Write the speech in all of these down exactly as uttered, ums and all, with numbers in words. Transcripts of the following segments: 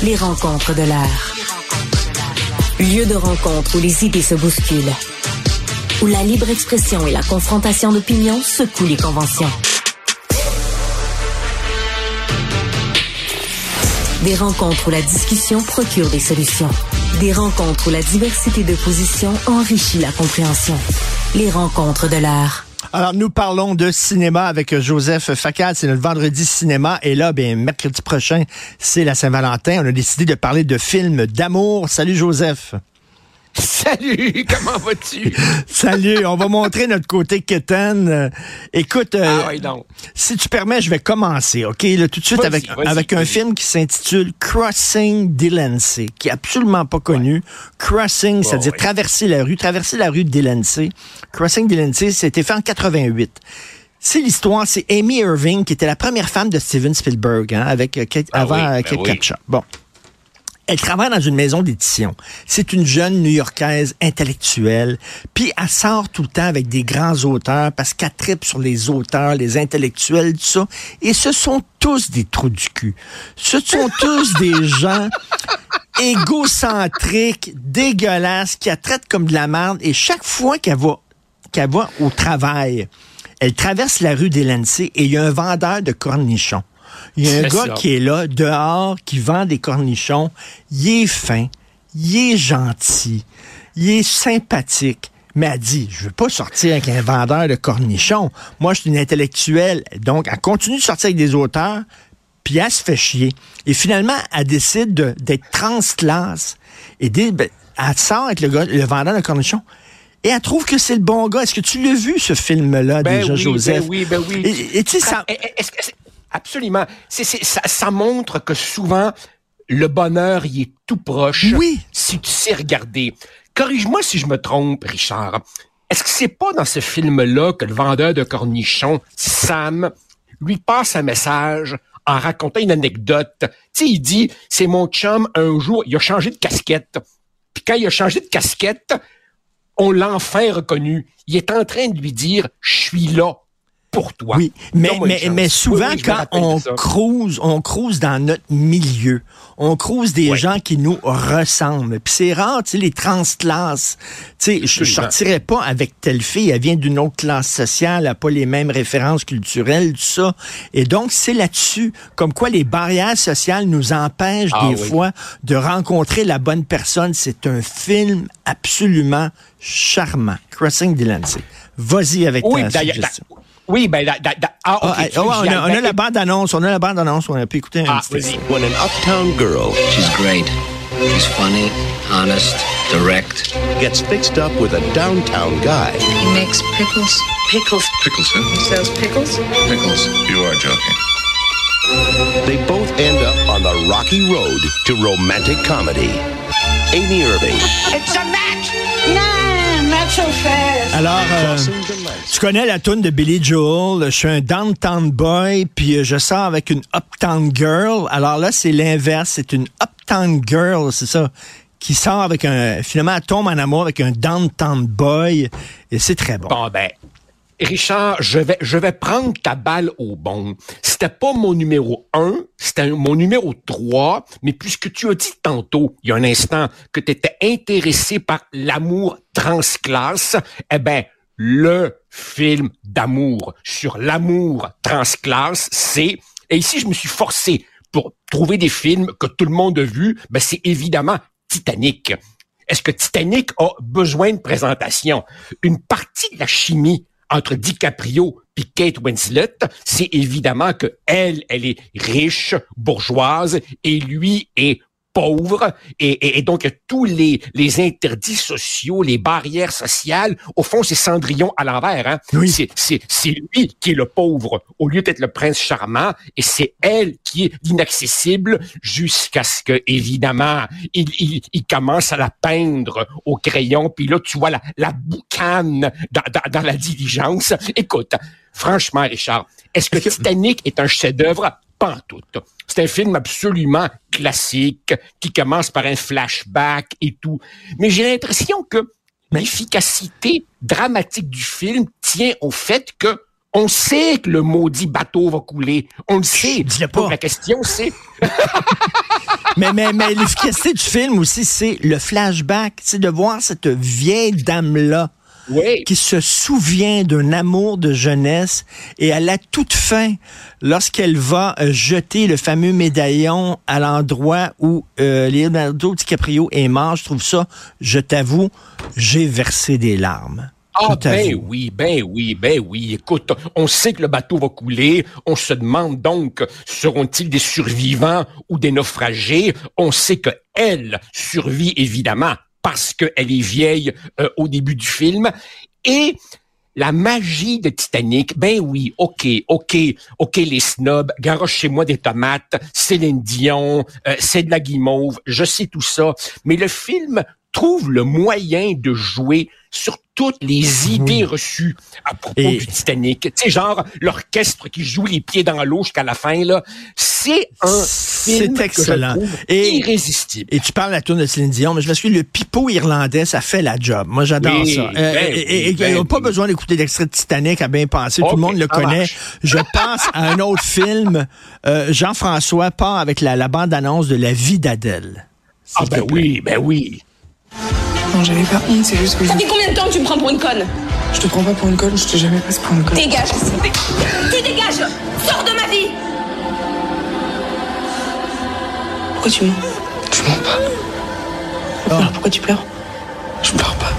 Les rencontres de l'heure. Lieu de rencontre où les idées se bousculent. Où la libre expression et la confrontation d'opinions secouent les conventions. Des rencontres où la discussion procure des solutions. Des rencontres où la diversité de positions enrichit la compréhension. Les rencontres de l'heure. Alors, nous parlons de cinéma avec Joseph Facal. C'est notre vendredi cinéma. Et là, bien, mercredi prochain, c'est la Saint-Valentin. On a décidé de parler de films d'amour. Salut, Joseph. Salut, comment vas-tu? Salut, on va montrer notre côté quétaine. Euh, écoute, euh, ah oui, donc. si tu permets, je vais commencer, OK? Là, tout de suite vas-y, avec, vas-y, avec vas-y. un film qui s'intitule Crossing Delancey, qui est absolument pas connu. Ouais. Crossing, Oh, c'est-à-dire oui. traverser traverser la rue, traverser la rue de Delancey. Crossing Delancey, c'était fait en quatre-vingt-huit. C'est l'histoire, c'est Amy Irving, qui était la première femme de Steven Spielberg, hein, avec euh, Kate, Ah avant oui, euh, ben Kate oui. Capshaw. Bon. Elle travaille dans une maison d'édition. C'est une jeune New-Yorkaise intellectuelle. Puis elle sort tout le temps avec des grands auteurs parce qu'elle tripe sur les auteurs, les intellectuels, tout ça. Et ce sont tous des trous du cul. Ce sont tous des gens égocentriques, dégueulasses, qui la traitent comme de la merde. Et chaque fois qu'elle va, qu'elle va au travail, elle traverse la rue Delancey et il y a un vendeur de cornichons. Il y a un C'est gars ça. qui est là, dehors, qui vend des cornichons. Il est fin, il est gentil, il est sympathique. Mais elle dit, je veux pas sortir avec un vendeur de cornichons. Moi, je suis une intellectuelle. Donc, elle continue de sortir avec des auteurs, puis elle se fait chier. Et finalement, elle décide de- d'être transclasse. Et dit, ben, elle sort avec le, gars, le vendeur de cornichons. Et elle trouve que c'est le bon gars. Est-ce que tu l'as vu, ce film-là, Ben déjà, oui, Joseph? ben oui, ben oui. Et et tu sais, ça... Eh, eh, est-ce que c'est- Absolument. C'est, c'est, ça, ça montre que souvent, le bonheur, il est tout proche. Oui. Si tu sais regarder. Corrige-moi si je me trompe, Richard. Est-ce que c'est pas dans ce film-là que le vendeur de cornichons, Sam, lui passe un message en racontant une anecdote? Tu sais, il dit, c'est mon chum, un jour, il a changé de casquette. Puis quand il a changé de casquette, on l'a enfin reconnu. Il est en train de lui dire, je suis là pour toi. Oui, mais, Donne-moi une mais, chance. mais souvent, Oui, oui, je me quand rappelle de on ça. crouse, on crouse dans notre milieu, on crouse des Ouais. gens qui nous ressemblent. Puis c'est rare, tu sais, les transclasses. Tu sais, je je Absolument. sortirais pas avec telle fille, elle vient d'une autre classe sociale, elle n'a pas les mêmes références culturelles, tout ça. Et donc, c'est là-dessus, comme quoi les barrières sociales nous empêchent Ah des oui. fois de rencontrer la bonne personne. C'est un film absolument charmant. Crossing Delancey. Vas-y avec Oui, ta d'ailleurs, suggestion. da- oui, ben, da- da- da- ah, ok. Ah, tu ah, veux ouais, que on, j'y a, on aille? a la bande-annonce, on a la bande-annonce, on a pu écouter un Ah, petit vas-y. When an uptown girl She's great. She's funny, honest, direct. gets fixed up with a downtown guy, He makes pickles. Pickles. Pickles, huh? He sells pickles. Pickles. You are joking. they both end up on the rocky road to romantic comedy. Amy Irving, It's a match! Nah, not so fast. Alors, euh, Crossing Delancey. tu connais la toune de Billy Joel, je suis un downtown boy, puis euh, je sors avec une uptown girl. Alors là, c'est l'inverse, c'est une uptown girl, c'est ça, qui sort avec un... Finalement, elle tombe en amour avec un downtown boy, et c'est très bon. Bon, ben, Richard, je vais, je vais prendre ta balle au bon. C'était pas mon numéro un, c'était mon numéro trois, mais puisque tu as dit tantôt, il y a un instant, que tu étais intéressé par l'amour transclasse, eh ben, le film d'amour sur l'amour transclasse, c'est, et ici je me suis forcé pour trouver des films que tout le monde a vus, ben c'est évidemment Titanic. Est-ce que Titanic a besoin de présentation? Une partie de la chimie entre DiCaprio et Kate Winslet, c'est évidemment que elle, elle est riche, bourgeoise, et lui est pauvre, et, et, et donc tous les, les interdits sociaux, les barrières sociales, au fond, c'est Cendrillon à l'envers. Hein? Oui. C'est, c'est, c'est lui qui est le pauvre, au lieu d'être le prince charmant, et c'est elle qui est l'inaccessible, jusqu'à ce que, évidemment, il, il, il commence à la peindre au crayon, puis là, tu vois la, la boucane dans, dans, dans la diligence. Écoute, franchement, Richard, est-ce que Titanic est un chef-d'œuvre? Pas en tout. C'est un film absolument classique qui commence par un flashback et tout. Mais j'ai l'impression que l'efficacité dramatique du film tient au fait que On sait que le maudit bateau va couler. On le sait. Dis-le pas. Donc, la question, c'est... mais, mais, mais l'efficacité du film aussi, c'est le flashback. C'est de voir cette vieille dame-là oui. qui se souvient d'un amour de jeunesse et à la toute fin, lorsqu'elle va euh, jeter le fameux médaillon à l'endroit où euh, Leonardo DiCaprio est mort, je trouve ça, je t'avoue, j'ai versé des larmes. Ah, ben oui, ben oui, ben oui. Écoute, on sait que le bateau va couler. On se demande donc, seront-ils des survivants ou des naufragés? On sait que elle survit, évidemment, parce qu'elle est vieille euh, au début du film. Et la magie de Titanic, ben oui, OK, OK, OK, les snobs, garoche chez moi des tomates, Céline Dion, euh, c'est de la guimauve, je sais tout ça. Mais le film trouve le moyen de jouer sur toutes les idées oui. reçues à propos Et... du Titanic. Tu sais, genre, l'orchestre qui joue les pieds dans l'eau jusqu'à la fin, là, c'est un film c'est excellent. Que je trouve Et... irrésistible. Et tu parles de la tourne de Céline Dion, mais je me suis dit, le pipeau irlandais, ça fait la job. Moi, j'adore oui, ça. Euh, ben et oui, et ben il n'y a pas oui. besoin d'écouter l'extrait de Titanic à bien penser. Okay, tout le monde le connaît. Marche. Je pense à un autre film. Euh, Jean-François part avec la, la bande-annonce de La vie d'Adèle. Ah ben oui, ben oui. Non, j'avais pas honte, c'est juste que... Ça fait combien de temps que tu me prends pour une conne? Je te prends pas pour une conne, je t'ai jamais prise pour une conne. Dégage ici. Tu dégages. Sors de ma vie. Pourquoi tu mens? Je mens pas. Oh. Alors pourquoi tu pleures? Je pleure pas.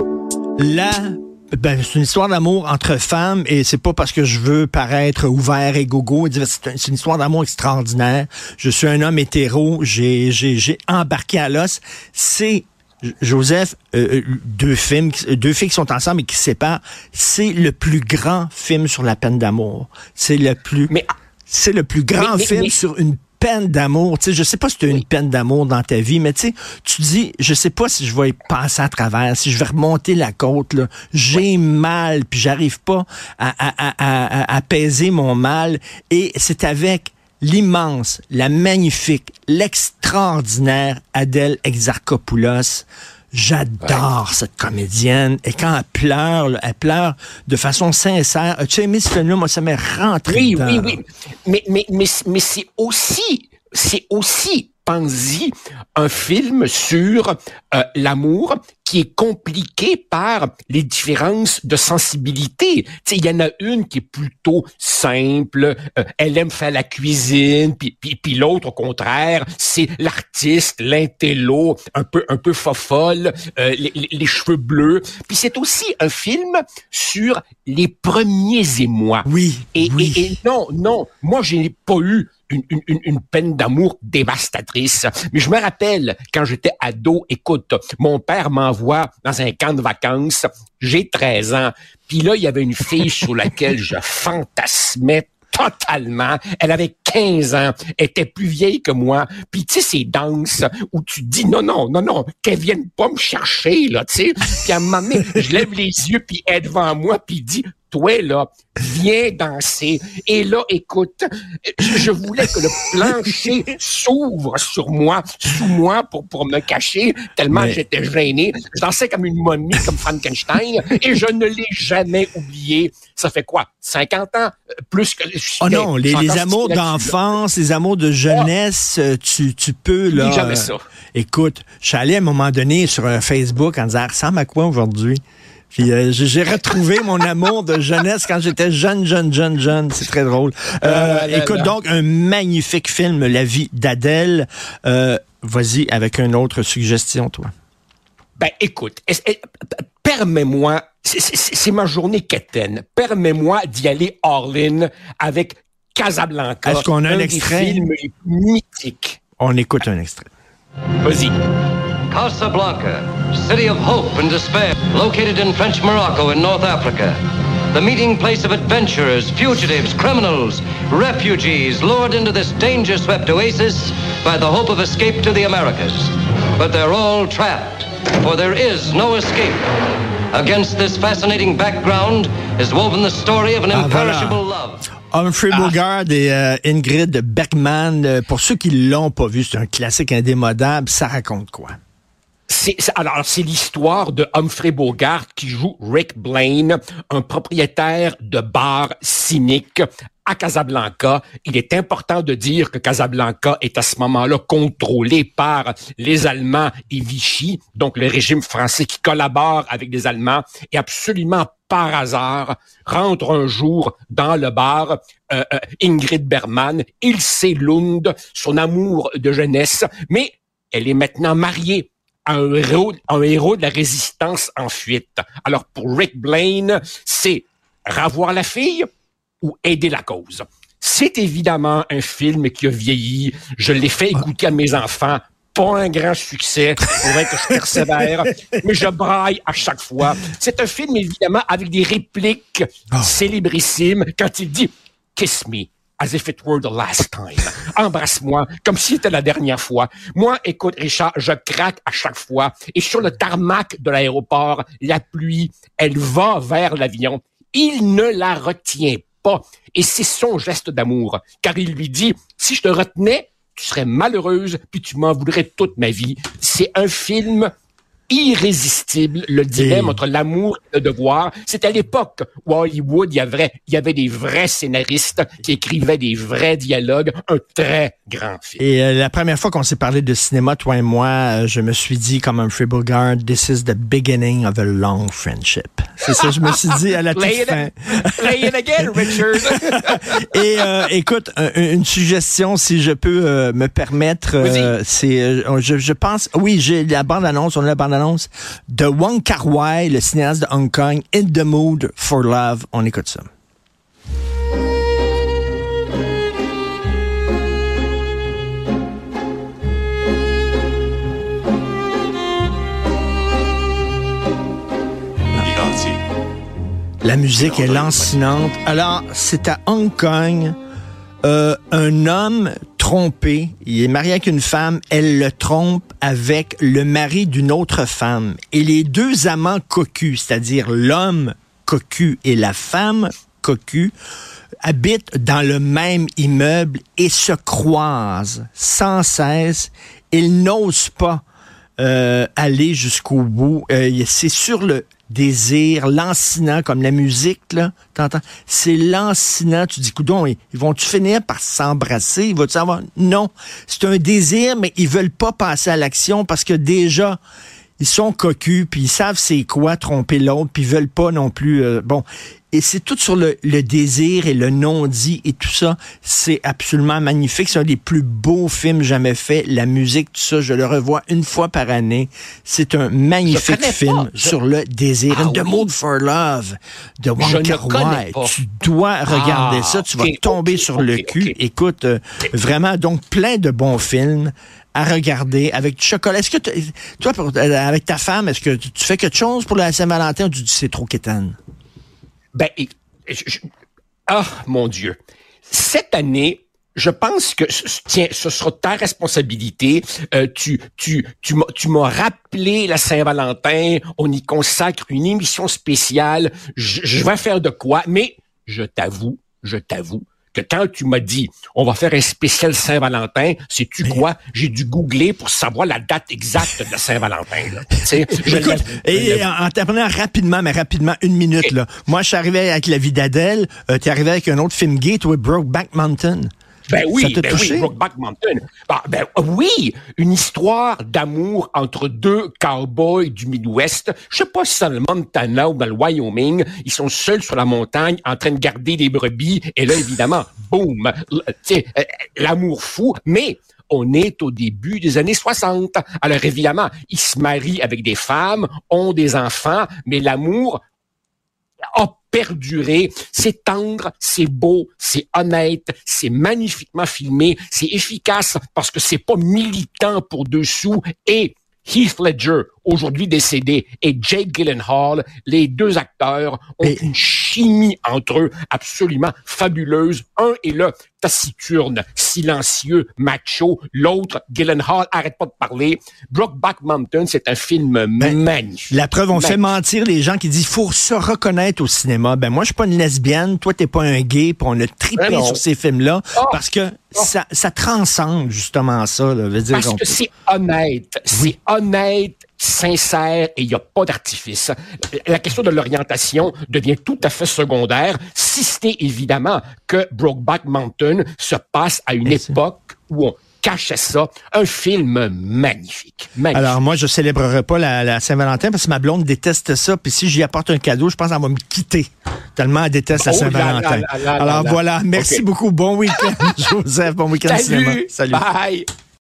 Là... Ben, c'est une histoire d'amour entre femmes et c'est pas parce que je veux paraître ouvert et gogo. C'est une histoire d'amour extraordinaire. Je suis un homme hétéro. J'ai, j'ai, j'ai embarqué à l'os. C'est, Joseph, euh, deux films, deux filles qui sont ensemble et qui se séparent. C'est le plus grand film sur la peine d'amour. C'est le plus, mais, c'est le plus grand mais, mais, film mais, sur une peine d'amour. Tu sais, je sais pas si tu as une peine d'amour dans ta vie, mais tu sais, tu dis, je sais pas si je vais passer à travers, si je vais remonter la côte, là. J'ai ouais. mal, puis j'arrive pas à, à, à, à, à apaiser mon mal. Et c'est avec l'immense, la magnifique, l'extraordinaire Adèle Exarchopoulos. J'adore ouais. cette comédienne. Et quand elle pleure, là, elle pleure de façon sincère. As-tu aimé ce film-là? Moi, ça m'est rentré Oui, dedans. oui, oui. Mais, mais, mais, mais c'est aussi, c'est aussi, pense-y, un film sur euh, l'amour qui est compliqué par les différences de sensibilité. Tu sais, il y en a une qui est plutôt simple, euh, elle aime faire la cuisine, puis puis puis l'autre au contraire, c'est l'artiste, l'intello, un peu un peu fofolle, euh, les, les, les cheveux bleus. Puis c'est aussi un film sur les premiers émois. Oui. Et, oui. et, et non, non, moi j'ai pas eu Une, une, une peine d'amour dévastatrice. Mais je me rappelle, quand j'étais ado, écoute, mon père m'envoie dans un camp de vacances, j'ai treize ans, puis là, il y avait une fille sur laquelle je fantasmais totalement. Elle avait quinze ans, elle était plus vieille que moi. Puis tu sais, ces danses où tu te dis non, non, non, non, qu'elle vienne pas me chercher, là, tu sais. Puis à un moment donné, je lève les yeux, puis elle est devant moi, puis dit, toi, là, viens danser. Et là, écoute, je, je voulais que le plancher s'ouvre sur moi, sous moi, pour, pour me cacher, tellement Mais... j'étais gêné. Je dansais comme une momie, comme Frankenstein, et je ne l'ai jamais oublié. Ça fait quoi? cinquante ans? Plus que... Oh non, les, les amours d'enfance, les amours de jeunesse, ah. tu, tu peux, là... jamais ça. Euh, écoute, je suis allé à un moment donné sur un Facebook en disant, ça ressemble à quoi aujourd'hui? Puis euh, j'ai retrouvé mon amour de jeunesse quand j'étais jeune, jeune, jeune, jeune. C'est très drôle. Euh, euh, là, écoute, là. donc, un magnifique film, La vie d'Adèle. Euh, vas-y, avec une autre suggestion, toi. Ben, écoute, est, est, permets-moi, c'est, c'est, c'est ma journée quétaine, permets-moi d'y aller all-in avec Casablanca. Est-ce qu'on a un, un extrait? Des films mythiques. On écoute un extrait. Vas-y. Casablanca, city of hope and despair, located in French Morocco in North Africa. The meeting place of adventurers, fugitives, criminals, refugees lured into this danger-swept oasis by the hope of escape to the Americas. But they're all trapped, for there is no escape. Against this fascinating background is woven the story of an ah, imperishable voilà. love. Humphrey ah. Bogart et euh, Ingrid Bergman, euh, pour ceux qui l'ont pas vu, c'est un classique indémodable. Ça raconte quoi? C'est, c'est, alors, c'est l'histoire de Humphrey Bogart qui joue Rick Blaine, un propriétaire de bar cynique à Casablanca. Il est important de dire que Casablanca est à ce moment-là contrôlé par les Allemands et Vichy, donc le régime français qui collabore avec les Allemands, et absolument par hasard rentre un jour dans le bar euh, euh, Ingrid Bergman, Ilse Lund, son amour de jeunesse, mais elle est maintenant mariée à un héros, un héros de la résistance en fuite. Alors pour Rick Blaine, c'est ravoir la fille ou aider la cause. C'est évidemment un film qui a vieilli. Je l'ai fait écouter à mes enfants. Pas un grand succès. Il faudrait que je persévère. Mais je braille à chaque fois. C'est un film, évidemment, avec des répliques oh. célébrissimes quand il dit « Kiss me as if it were the last time. Embrasse-moi comme si c'était la dernière fois. » Moi, écoute, Richard, je craque à chaque fois. Et sur le tarmac de l'aéroport, la pluie, elle va vers l'avion. Il ne la retient pas. Et c'est son geste d'amour. Car il lui dit « Si je te retenais, tu serais malheureuse, puis tu m'en voudrais toute ma vie. » C'est un film irrésistible, le dilemme et... entre l'amour et le devoir. C'est à l'époque où à Hollywood, il y avait, il y avait des vrais scénaristes qui écrivaient des vrais dialogues. Un très grand film. Et euh, la première fois qu'on s'est parlé de cinéma, toi et moi, euh, je me suis dit, comme Humphrey Bogart, this is the beginning of a long friendship. C'est ça, je me suis dit à la toute play fin. It, play it again, Richard. Et euh, écoute, un, une suggestion, si je peux euh, me permettre, euh, c'est, euh, je, je pense, oui, j'ai la bande-annonce, on a la bande-annonce de Wong Kar-wai, le cinéaste de Hong Kong, In the Mood for Love. On écoute ça. La musique est lancinante. Alors, c'est à Hong Kong, euh, un homme trompé, il est marié avec une femme, elle le trompe avec le mari d'une autre femme. Et les deux amants cocus, c'est-à-dire l'homme cocu et la femme cocu, habitent dans le même immeuble et se croisent sans cesse. Ils n'osent pas euh, aller jusqu'au bout. Euh, c'est sur le désir, lancinant, comme la musique, là, t'entends? C'est lancinant. Tu dis, coudon, ils, ils vont-tu finir par s'embrasser? Ils vont-tu avoir... Non. C'est un désir, mais ils veulent pas passer à l'action parce que déjà, ils sont cocus, puis ils savent c'est quoi tromper l'autre, puis ils veulent pas non plus... Euh, bon, et c'est tout sur le, le désir et le non-dit et tout ça. C'est absolument magnifique. C'est un des plus beaux films jamais faits. La musique, tout ça, je le revois une fois par année. C'est un magnifique film je... sur le désir. Ah, The oui. Mood for Love de Wong Kar-wai. Tu dois regarder ah, ça. Tu okay, vas tomber okay, sur okay, le cul. Okay. Écoute, euh, vraiment, donc plein de bons films à regarder avec du chocolat. Est-ce que toi, pour, avec ta femme, est-ce que tu fais quelque chose pour la Saint-Valentin ou tu dis c'est trop quétaine? Ben, je, je, ah, mon Dieu. Cette année, je pense que, tiens, ce sera ta responsabilité. Euh, tu, tu, tu m'as, tu m'as rappelé la Saint-Valentin. On y consacre une émission spéciale. Je, je vais faire de quoi? Mais je t'avoue, je t'avoue que quand tu m'as dit, on va faire un spécial Saint-Valentin, sais-tu mais... quoi? J'ai dû googler pour savoir la date exacte de la Saint-Valentin. Là. je Écoute, et, et en terminant rapidement, mais rapidement, une minute, et... là. Moi, je suis arrivé avec La vie d'Adèle. Euh, t'es arrivé avec un autre film gay, toi, Brokeback Mountain. Ben oui, ben oui, Brokeback Mountain. Ben, ben oui, une histoire d'amour entre deux cowboys du Midwest. Je sais pas si c'est dans le Montana ou dans le Wyoming. Ils sont seuls sur la montagne en train de garder des brebis. Et là, évidemment, boum, tiens, l'amour fou. Mais on est au début des années soixante. Alors évidemment, ils se marient avec des femmes, ont des enfants, mais l'amour a perduré. C'est tendre, c'est beau, c'est honnête, c'est magnifiquement filmé, c'est efficace parce que c'est pas militant pour deux sous. Et Heath Ledger, aujourd'hui décédé, et Jake Gyllenhaal, les deux acteurs ont et... une chimie entre eux absolument fabuleuse. Un est le taciturne, silencieux, macho. L'autre, Gyllenhaal, arrête pas de parler. Brokeback Mountain, c'est un film ben, magnifique. La preuve, on magnifique. fait mentir les gens qui disent « faut se reconnaître au cinéma ». Ben moi, je suis pas une lesbienne, toi, t'es pas un gay, puis on a trippé ben sur ces films-là oh. parce que oh. ça, ça transcende justement ça. Là, veut dire parce que c'est honnête. Oui. C'est honnête, sincère et il n'y a pas d'artifice. La question de l'orientation devient tout à fait secondaire, si ce n'est évidemment que Brokeback Mountain se passe à une Merci. époque où on cachait ça. Un film magnifique. magnifique. Alors, moi, je célébrerai pas la, la Saint-Valentin parce que ma blonde déteste ça. Puis si j'y apporte un cadeau, je pense qu'elle va me quitter. Tellement elle déteste oh, la Saint-Valentin. Là, là, là, Alors, là, là. voilà. Merci okay. beaucoup. Bon week-end, Joseph. Bon week-end Salut. cinéma. Salut. Bye.